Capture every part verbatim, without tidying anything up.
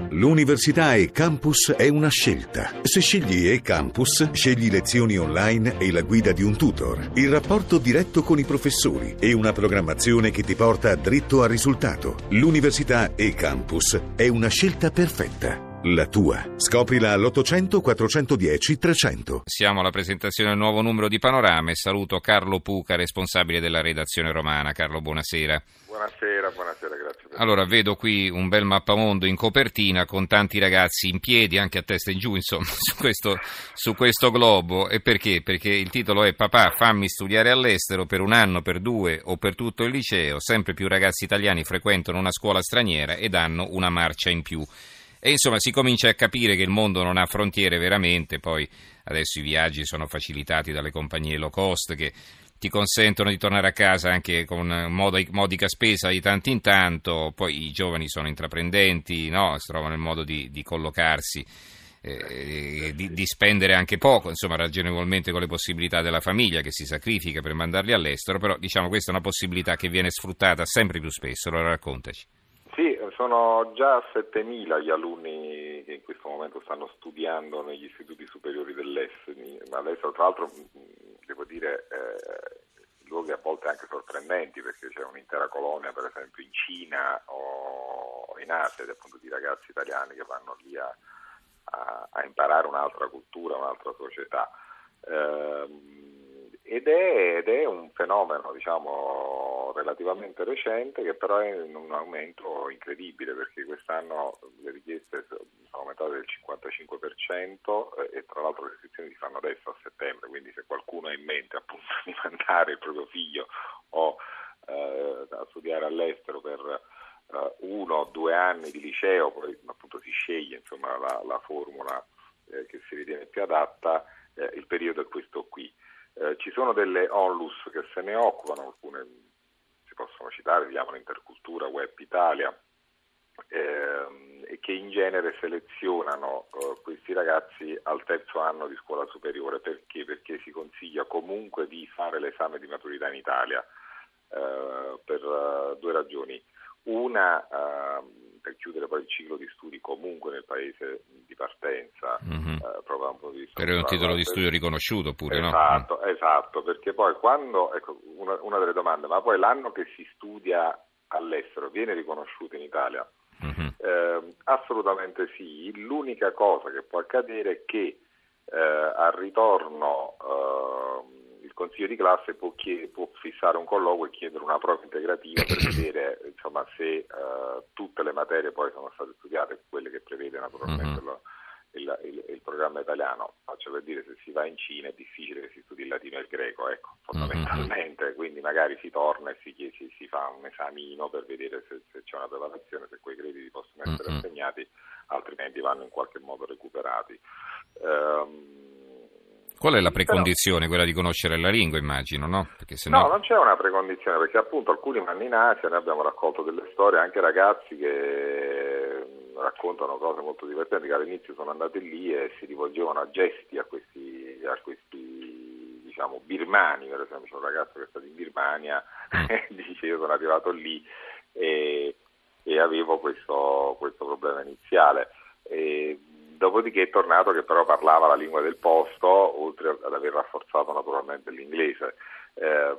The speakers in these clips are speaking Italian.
L'università e-Campus è una scelta. Se scegli e-Campus, scegli lezioni online e la guida di un tutor, il rapporto diretto con i professori e una programmazione che ti porta dritto al risultato. L'università e-Campus è una scelta perfetta. La tua. Scoprila all'ottocento quattrocentodieci trecento. Siamo alla presentazione del nuovo numero di Panorama e saluto Carlo Puca, responsabile della redazione romana. Carlo, buonasera. Buonasera, buonasera, grazie. Per allora, vedo qui un bel mappamondo in copertina con tanti ragazzi in piedi, anche a testa in giù, insomma, su questo, su questo globo. E perché? Perché il titolo è "Papà, fammi studiare all'estero per un anno, per due o per tutto il liceo". Sempre più ragazzi italiani frequentano una scuola straniera ed hanno una marcia in più. E insomma si comincia a capire che il mondo non ha frontiere veramente. Poi adesso i viaggi sono facilitati dalle compagnie low cost che ti consentono di tornare a casa anche con modica spesa di tanto in tanto. Poi i giovani sono intraprendenti, no? Si trovano il modo di, di collocarsi, eh, di, di spendere anche poco, insomma ragionevolmente con le possibilità della famiglia che si sacrifica per mandarli all'estero. Però diciamo questa è una possibilità che viene sfruttata sempre più spesso. Allora raccontaci. Sì, sono già settemila gli alunni che in questo momento stanno studiando negli istituti superiori dell'Esseni, ma adesso tra l'altro devo dire eh, luoghi a volte anche sorprendenti, perché c'è un'intera colonia per esempio in Cina o in Asia appunto di ragazzi italiani che vanno lì a, a, a imparare un'altra cultura, un'altra società. Eh, Ed è, ed è un fenomeno, diciamo, relativamente recente, che però è in un aumento incredibile, perché quest'anno le richieste sono aumentate del cinquantacinque per cento e tra l'altro le iscrizioni si fanno adesso a settembre, quindi se qualcuno ha in mente appunto di mandare il proprio figlio o eh, a studiare all'estero per eh, uno o due anni di liceo, poi appunto si sceglie insomma la, la formula eh, che si ritiene più adatta, eh, il periodo è questo qui. Eh, ci sono delle onlus che se ne occupano, alcune si possono citare, si chiamano Intercultura, Web Italia, ehm, e che in genere selezionano eh, questi ragazzi al terzo anno di scuola superiore. Perché? Perché si consiglia comunque di fare l'esame di maturità in Italia eh, per uh, due ragioni. Una, uh, per chiudere poi il ciclo di studi comunque nel paese di partenza, mm-hmm. uh, proprio da un punto di vista per un titolo di studio riconosciuto pure, esatto, no? Esatto, perché poi quando, ecco, una, una delle domande, ma poi l'anno che si studia all'estero viene riconosciuto in Italia? Mm-hmm. Eh, assolutamente sì, l'unica cosa che può accadere è che eh, al ritorno eh, il consiglio di classe può, chied- può fissare un colloquio e chiedere una prova integrativa per vedere insomma se uh, tutte le materie poi sono state studiate, quelle che prevede naturalmente mm-hmm. lo, il, il, il programma italiano. Faccio per dire, se si va in Cina è difficile che si studi il latino e il greco, ecco, fondamentalmente, mm-hmm. quindi magari si torna e si, si, si fa un esamino per vedere se, se c'è una preparazione, se quei crediti possono essere mm-hmm. assegnati, altrimenti vanno in qualche modo recuperati. Um, Qual è la precondizione? Quella di conoscere la lingua, immagino, no? Perché sennò... No, non c'è una precondizione, perché appunto alcuni vanno in Asia, noi abbiamo raccolto delle storie, anche ragazzi che raccontano cose molto divertenti, che all'inizio sono andati lì e si rivolgevano a gesti a questi, a questi diciamo, birmani. Per esempio c'è un ragazzo che è stato in Birmania e dice: io sono arrivato lì e, e avevo questo, questo problema iniziale. E, dopodiché è tornato che però parlava la lingua del posto, oltre ad aver rafforzato naturalmente l'inglese. Eh,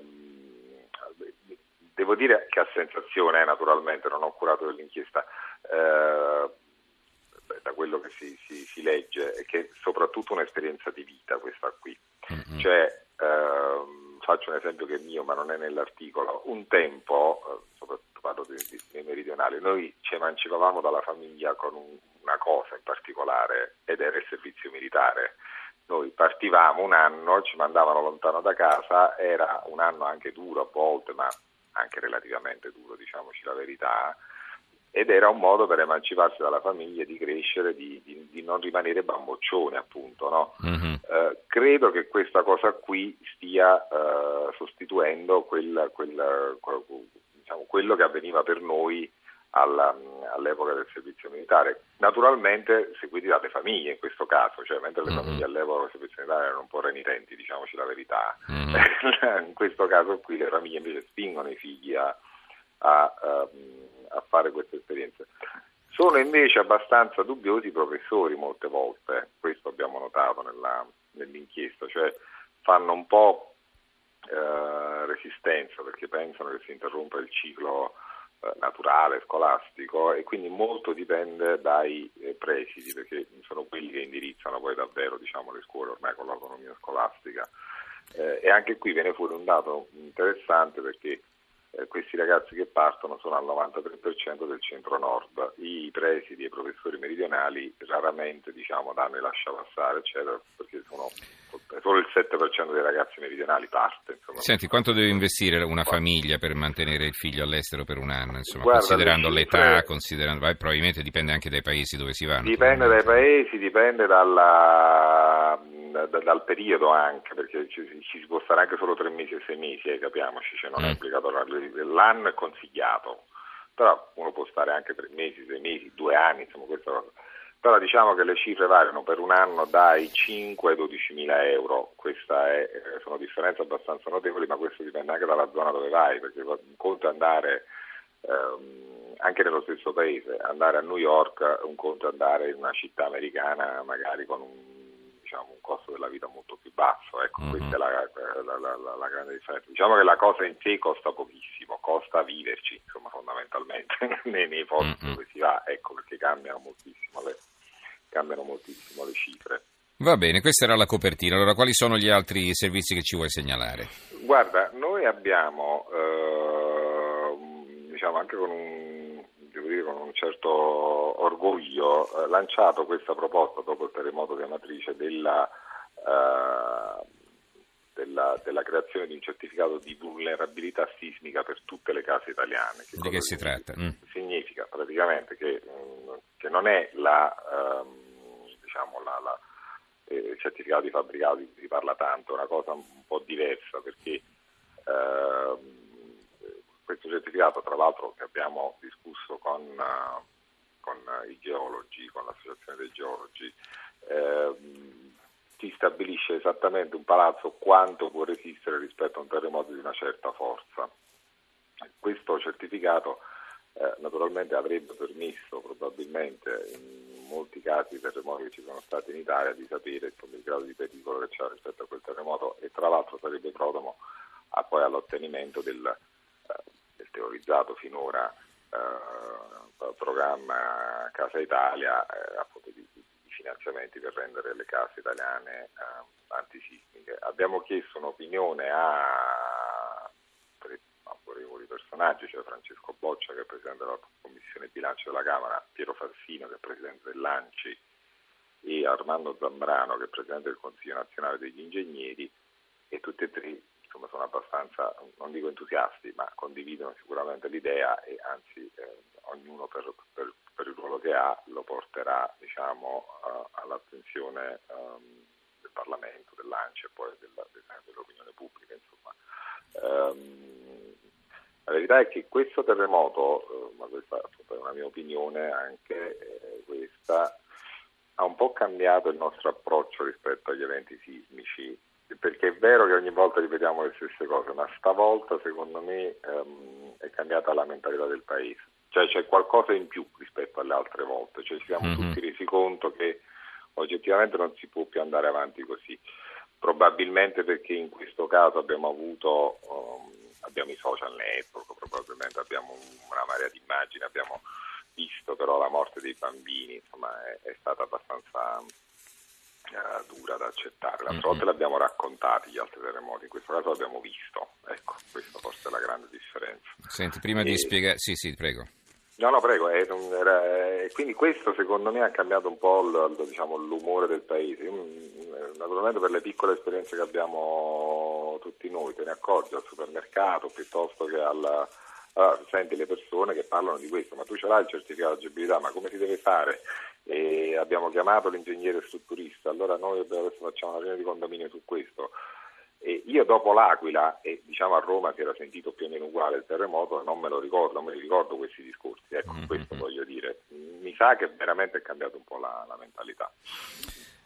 devo dire che a sensazione, naturalmente, non ho curato dell'inchiesta, eh, da quello che si, si, si legge, è che è soprattutto un'esperienza di vita questa qui. Mm-hmm. Cioè, eh, faccio un esempio che è mio, ma non è nell'articolo. Un tempo, soprattutto parlo dei, dei meridionali, noi ci emancipavamo dalla famiglia con un, una cosa in particolare, ed era il servizio militare. Noi partivamo un anno, ci mandavano lontano da casa, era un anno anche duro a volte, ma anche relativamente duro, diciamoci la verità, ed era un modo per emanciparsi dalla famiglia, di crescere, di, di, di non rimanere bamboccioni, appunto, no? Mm-hmm. Eh, credo che questa cosa qui stia eh, sostituendo quel, quel, quel, diciamo, quello che avveniva per noi alla, all'epoca del servizio militare. Naturalmente seguiti dalle famiglie in questo caso, cioè mentre le mm-hmm. famiglie all'epoca del servizio militare erano un po' renitenti, diciamoci la verità, mm-hmm. in questo caso qui le famiglie invece spingono i figli a, a, a, a fare queste esperienze. Sono invece abbastanza dubbiosi i professori molte volte, questo abbiamo notato nella, nell'inchiesta, cioè fanno un po' eh, resistenza perché pensano che si interrompa il ciclo eh, naturale, scolastico, e quindi molto dipende dai eh, presidi, perché sono quelli che indirizzano poi davvero, diciamo, le scuole ormai con l'autonomia scolastica. Eh, e anche qui viene fuori un dato interessante perché Eh, questi ragazzi che partono sono al novantatré per cento del centro-nord, i presidi e i professori meridionali raramente, diciamo, danno e lascia passare, eccetera, perché sono solo il sette per cento dei ragazzi meridionali parte. Insomma. Senti, quanto deve investire una famiglia per mantenere il figlio all'estero per un anno, insomma, Guarda, considerando le l'età, cifre... considerando, beh, probabilmente dipende anche dai paesi dove si vanno. Dipende dai paesi, dipende dalla... dal periodo anche, perché ci, ci si può stare anche solo tre mesi e sei mesi, eh, capiamoci, cioè non è obbligatorio, l'anno è consigliato, però uno può stare anche tre mesi, sei mesi, due anni, insomma questa cosa. Però diciamo che le cifre variano per un anno dai cinque ai dodicimila euro, questa è, sono differenze abbastanza notevoli, ma questo dipende anche dalla zona dove vai, perché un conto è andare ehm, anche nello stesso paese, andare a New York, un conto è andare in una città americana magari con un diciamo un costo della vita molto più basso, ecco, mm-hmm. questa è la, la, la, la, la grande differenza. Diciamo che la cosa in sé costa pochissimo, costa viverci, insomma, fondamentalmente nei, nei posti mm-hmm. dove si va, ecco, perché cambiano moltissimo le, cambiano moltissimo le cifre. Va bene, questa era la copertina. Allora, quali sono gli altri servizi che ci vuoi segnalare? Guarda, noi abbiamo, eh, diciamo anche con un, devo dire, con un certo orgoglio, eh, lanciato questa proposta dopo il terremoto di Amatrice della, eh, della, della creazione di un certificato di vulnerabilità sismica per tutte le case italiane. Che di che si tratta? Mm. Significa praticamente che, che non è la, ehm, diciamo la, la il certificato di fabbricato di cui si parla tanto, è una cosa un po' diversa perché eh, questo certificato, tra l'altro, che abbiamo discusso con, uh, con i geologi, con l'associazione dei geologi, eh, ti stabilisce esattamente un palazzo quanto può resistere rispetto a un terremoto di una certa forza. Questo certificato eh, naturalmente avrebbe permesso probabilmente in molti casi di terremoti che ci sono stati in Italia di sapere insomma, il grado di pericolo che c'è rispetto a quel terremoto e tra l'altro sarebbe prodomo a poi all'ottenimento del, eh, del teorizzato finora eh, programma Casa Italia eh, appunto di, di finanziamenti per rendere le case italiane eh, antisismiche. Abbiamo chiesto un'opinione a tre autorevoli personaggi, cioè Francesco Boccia che è presidente della Commissione Bilancio della Camera, Piero Fassino che è presidente dell'Anci e Armando Zambrano che è presidente del Consiglio Nazionale degli Ingegneri, e tutti e tre insomma sono abbastanza, non dico entusiasti, ma condividono sicuramente l'idea e anzi eh, ognuno per, per, per il ruolo che ha lo porterà diciamo uh, all'attenzione um, del Parlamento, dell'Anci e poi della, dell'opinione pubblica insomma. Um, La verità è che questo terremoto, ma questa è una mia opinione anche eh, questa, ha un po' cambiato il nostro approccio rispetto agli eventi sismici, perché è vero che ogni volta ripetiamo le stesse cose, ma stavolta secondo me ehm, è cambiata la mentalità del paese, cioè c'è qualcosa in più rispetto alle altre volte, cioè ci siamo mm-hmm. tutti resi conto che oggettivamente non si può più andare avanti così, probabilmente perché in questo caso abbiamo avuto... Um, abbiamo i social network, probabilmente abbiamo una marea di immagini, abbiamo visto però la morte dei bambini, insomma è, è stata abbastanza uh, dura da accettare. L'altra mm-hmm. volta l'abbiamo raccontati gli altri terremoti, in questo caso l'abbiamo visto, ecco, questa forse è la grande differenza. Senti, prima e... di spiegare, sì sì, prego. No, no, prego, eh, era, eh, quindi questo secondo me ha cambiato un po' l, diciamo, l'umore del paese. Io, naturalmente per le piccole esperienze che abbiamo tutti noi, te ne accorgi al supermercato piuttosto che alla... Allora, senti le persone che parlano di questo, ma tu ce l'hai il certificato di agibilità, ma come si deve fare? E abbiamo chiamato l'ingegnere strutturista, allora noi adesso facciamo una riunione di condominio su questo. E io dopo l'Aquila, e diciamo a Roma si era sentito più o meno uguale il terremoto, non me lo ricordo, non me li ricordo questi discorsi, ecco, mm-hmm. questo voglio dire. Mi sa che veramente è cambiato un po' la, la mentalità.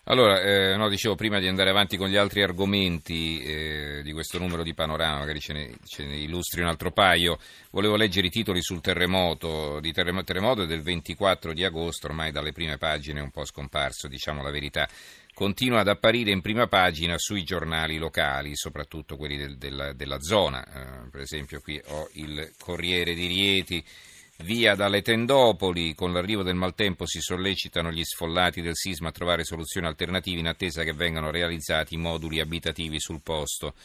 Allora, eh, no, dicevo prima di andare avanti con gli altri argomenti eh, di questo numero di Panorama, magari ce ne, ce ne illustri un altro paio, volevo leggere i titoli sul terremoto, di terremoto, terremoto del ventiquattro di agosto, ormai dalle prime pagine è un po' scomparso, diciamo la verità. Continua ad apparire in prima pagina sui giornali locali, soprattutto quelli del, della, della zona, eh, per esempio qui ho il Corriere di Rieti. Via dalle tendopoli, con l'arrivo del maltempo si sollecitano gli sfollati del sisma a trovare soluzioni alternative in attesa che vengano realizzati moduli abitativi sul posto.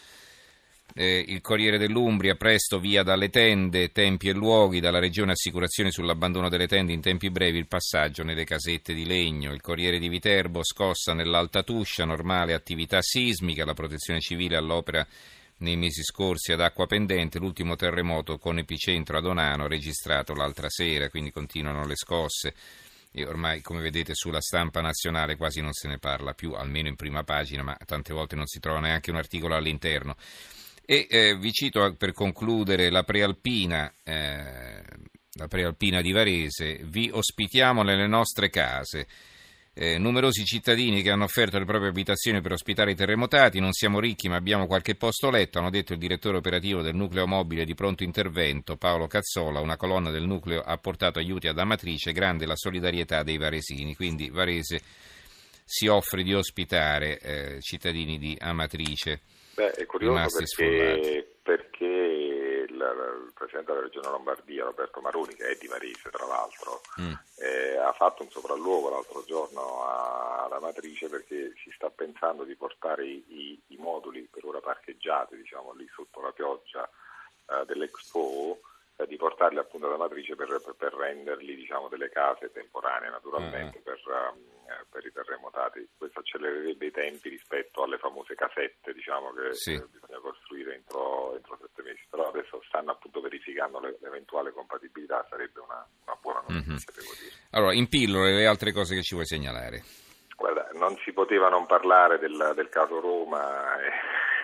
Eh, il Corriere dell'Umbria, presto via dalle tende, tempi e luoghi, dalla Regione assicurazioni sull'abbandono delle tende in tempi brevi, il passaggio nelle casette di legno. Il Corriere di Viterbo, scossa nell'Alta Tuscia, normale attività sismica, la protezione civile all'opera nei mesi scorsi ad acqua pendente, l'ultimo terremoto con epicentro ad Onano registrato l'altra sera, quindi continuano le scosse e ormai, come vedete, sulla stampa nazionale quasi non se ne parla più, almeno in prima pagina, ma tante volte non si trova neanche un articolo all'interno. E eh, vi cito per concludere la prealpina, eh, la prealpina di Varese, vi ospitiamo nelle nostre case. Eh, numerosi cittadini che hanno offerto le proprie abitazioni per ospitare i terremotati, non siamo ricchi ma abbiamo qualche posto letto, hanno detto il direttore operativo del nucleo mobile di pronto intervento Paolo Cazzola. Una colonna del nucleo ha portato aiuti ad Amatrice, grande la solidarietà dei varesini, quindi Varese si offre di ospitare eh, cittadini di Amatrice. Beh, è curioso perché, perché il, il Presidente della Regione Lombardia, Roberto Maroni, che è di Varese tra l'altro, mm. eh, ha fatto un sopralluogo l'altro giorno a, ad Amatrice perché si sta pensando di portare i, i, i moduli per ora parcheggiati, diciamo lì sotto la pioggia eh, dell'Expo, eh, di portarli appunto ad Amatrice per, per, per renderli, diciamo, delle case temporanee naturalmente mm. per, um, per i terremotati. Questo accelererebbe i tempi rispetto alle famose casette, diciamo, che sì. eh, bisogna costruire entro, entro sette mesi, però adesso stanno appunto verificando le, l'eventuale compatibilità, sarebbe una, una buona notizia, mm-hmm. devo dire. Allora, in pillole le altre cose che ci vuoi segnalare? Guarda, non si poteva non parlare del, del caso Roma e,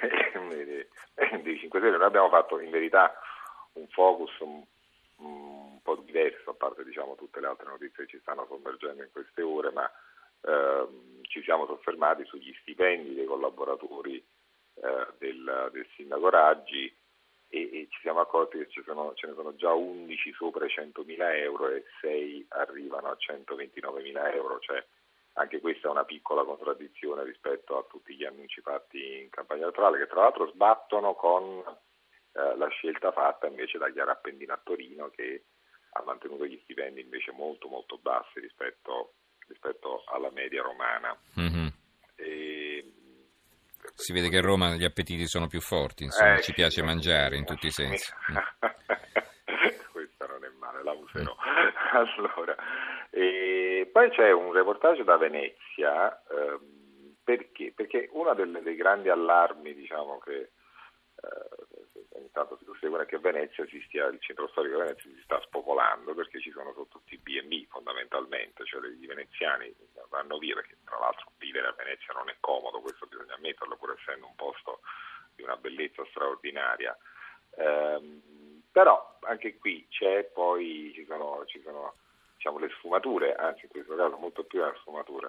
e, e dei cinque Stelle. Noi abbiamo fatto in verità un focus un, un po' diverso, a parte, diciamo, tutte le altre notizie che ci stanno sommergendo in queste ore, ma eh, ci siamo soffermati sugli stipendi dei collaboratori eh, del, del sindaco Raggi e, e ci siamo accorti che ci sono, ce ne sono già undici sopra i centomila euro e sei arrivano a centoventinovemila euro, cioè anche questa è una piccola contraddizione rispetto a tutti gli annunci fatti in campagna elettorale, che tra l'altro sbattono con la scelta fatta invece da Chiara Appendino a Torino, che ha mantenuto gli stipendi invece molto molto bassi rispetto, rispetto alla media romana. Mm-hmm. E, si vede che a Roma gli appetiti sono più forti, insomma, eh, ci sì, piace sì, mangiare sì, in tutti i sensi. Questa non è male, la userò. Mm. Allora, e poi c'è un reportage da Venezia, ehm, perché? Perché uno delle, dei grandi allarmi, diciamo, che ogni tanto si segue è che Venezia si stia, il centro storico di Venezia si sta spopolando perché ci sono tutti i B and B fondamentalmente, cioè i veneziani vanno via perché tra l'altro vivere a Venezia non è comodo, questo bisogna ammetterlo, pur essendo un posto di una bellezza straordinaria. Ehm, però anche qui c'è poi ci sono, ci sono diciamo le sfumature, anzi in questo caso molto più una sfumatura.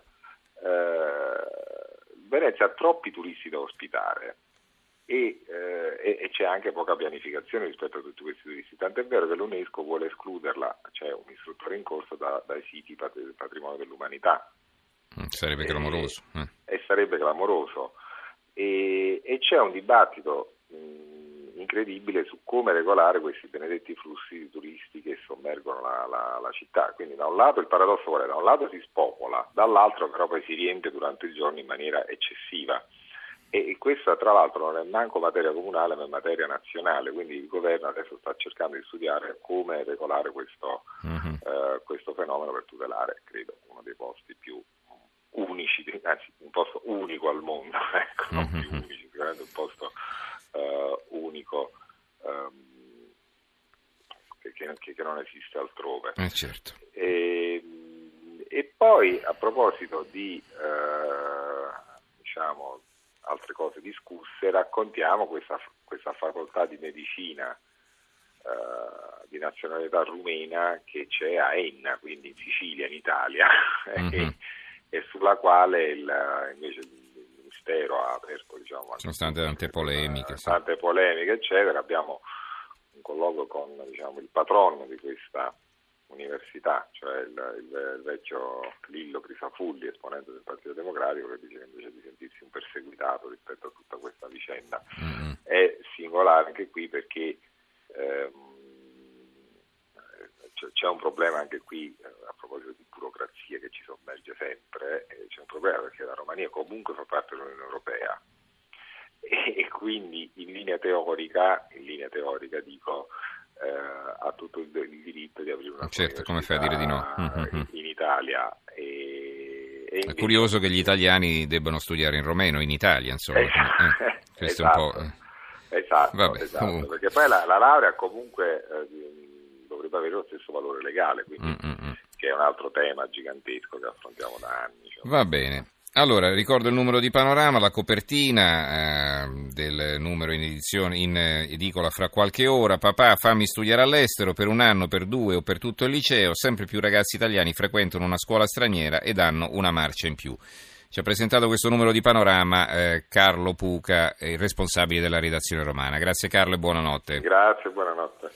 Ehm, Venezia ha troppi turisti da ospitare. E, eh, e c'è anche poca pianificazione rispetto a tutti questi turisti, tant'è vero che l'UNESCO vuole escluderla, c'è un istruttore in corso da, dai siti pat- del patrimonio dell'umanità. Sarebbe e, clamoroso. Eh. E sarebbe clamoroso. E, e c'è un dibattito mh, incredibile su come regolare questi benedetti flussi di turisti che sommergono la, la, la città. Quindi da un lato il paradosso vuole, da un lato si spopola, dall'altro però poi si riempie durante il giorno in maniera eccessiva. E questa tra l'altro non è manco materia comunale ma è materia nazionale, quindi il governo adesso sta cercando di studiare come regolare questo, mm-hmm. eh, questo fenomeno per tutelare, credo, uno dei posti più unici, anzi un posto unico al mondo, ecco, non mm-hmm. più unici, sicuramente un posto uh, unico um, che, che, che non esiste altrove. Eh, certo. E, e poi a proposito di uh, diciamo altre cose discusse, raccontiamo questa, questa facoltà di medicina uh, di nazionalità rumena che c'è a Enna, quindi in Sicilia, in Italia, mm-hmm. e, e sulla quale il, invece il Ministero ha aperto, diciamo, sono state tante polemiche, eh, sì. tante polemiche eccetera. Abbiamo un colloquio con, diciamo, il patrono di questa università, cioè il, il, il vecchio Lillo Crisafulli, esponente del Partito Democratico, che dice che invece di sentirsi un perseguitato rispetto a tutta questa vicenda mm-hmm. è singolare anche qui, perché ehm, c'è un problema anche qui, a proposito di burocrazia che ci sommerge sempre, c'è un problema perché la Romania comunque fa parte dell'Unione Europea e quindi in linea teorica, in linea teorica dico, eh, ha tutto il, il diritto di aprire una certo, come fai a dire di no? Mm-hmm. in, in Italia. E, e è curioso che gli italiani debbano studiare in romeno in Italia, insomma. Esatto, eh, questo esatto, è un po'... esatto, Vabbè, esatto perché poi la, la laurea comunque eh, dovrebbe avere lo stesso valore legale, quindi Mm-mm. che è un altro tema gigantesco che affrontiamo da anni. Cioè. Va bene. Allora, ricordo il numero di Panorama, la copertina eh, del numero in edizione in eh, edicola fra qualche ora. Papà, fammi studiare all'estero per un anno, per due o per tutto il liceo. Sempre più ragazzi italiani frequentano una scuola straniera ed hanno una marcia in più. Ci ha presentato questo numero di Panorama eh, Carlo Puca, il responsabile della redazione romana. Grazie Carlo e buonanotte. Grazie, buonanotte.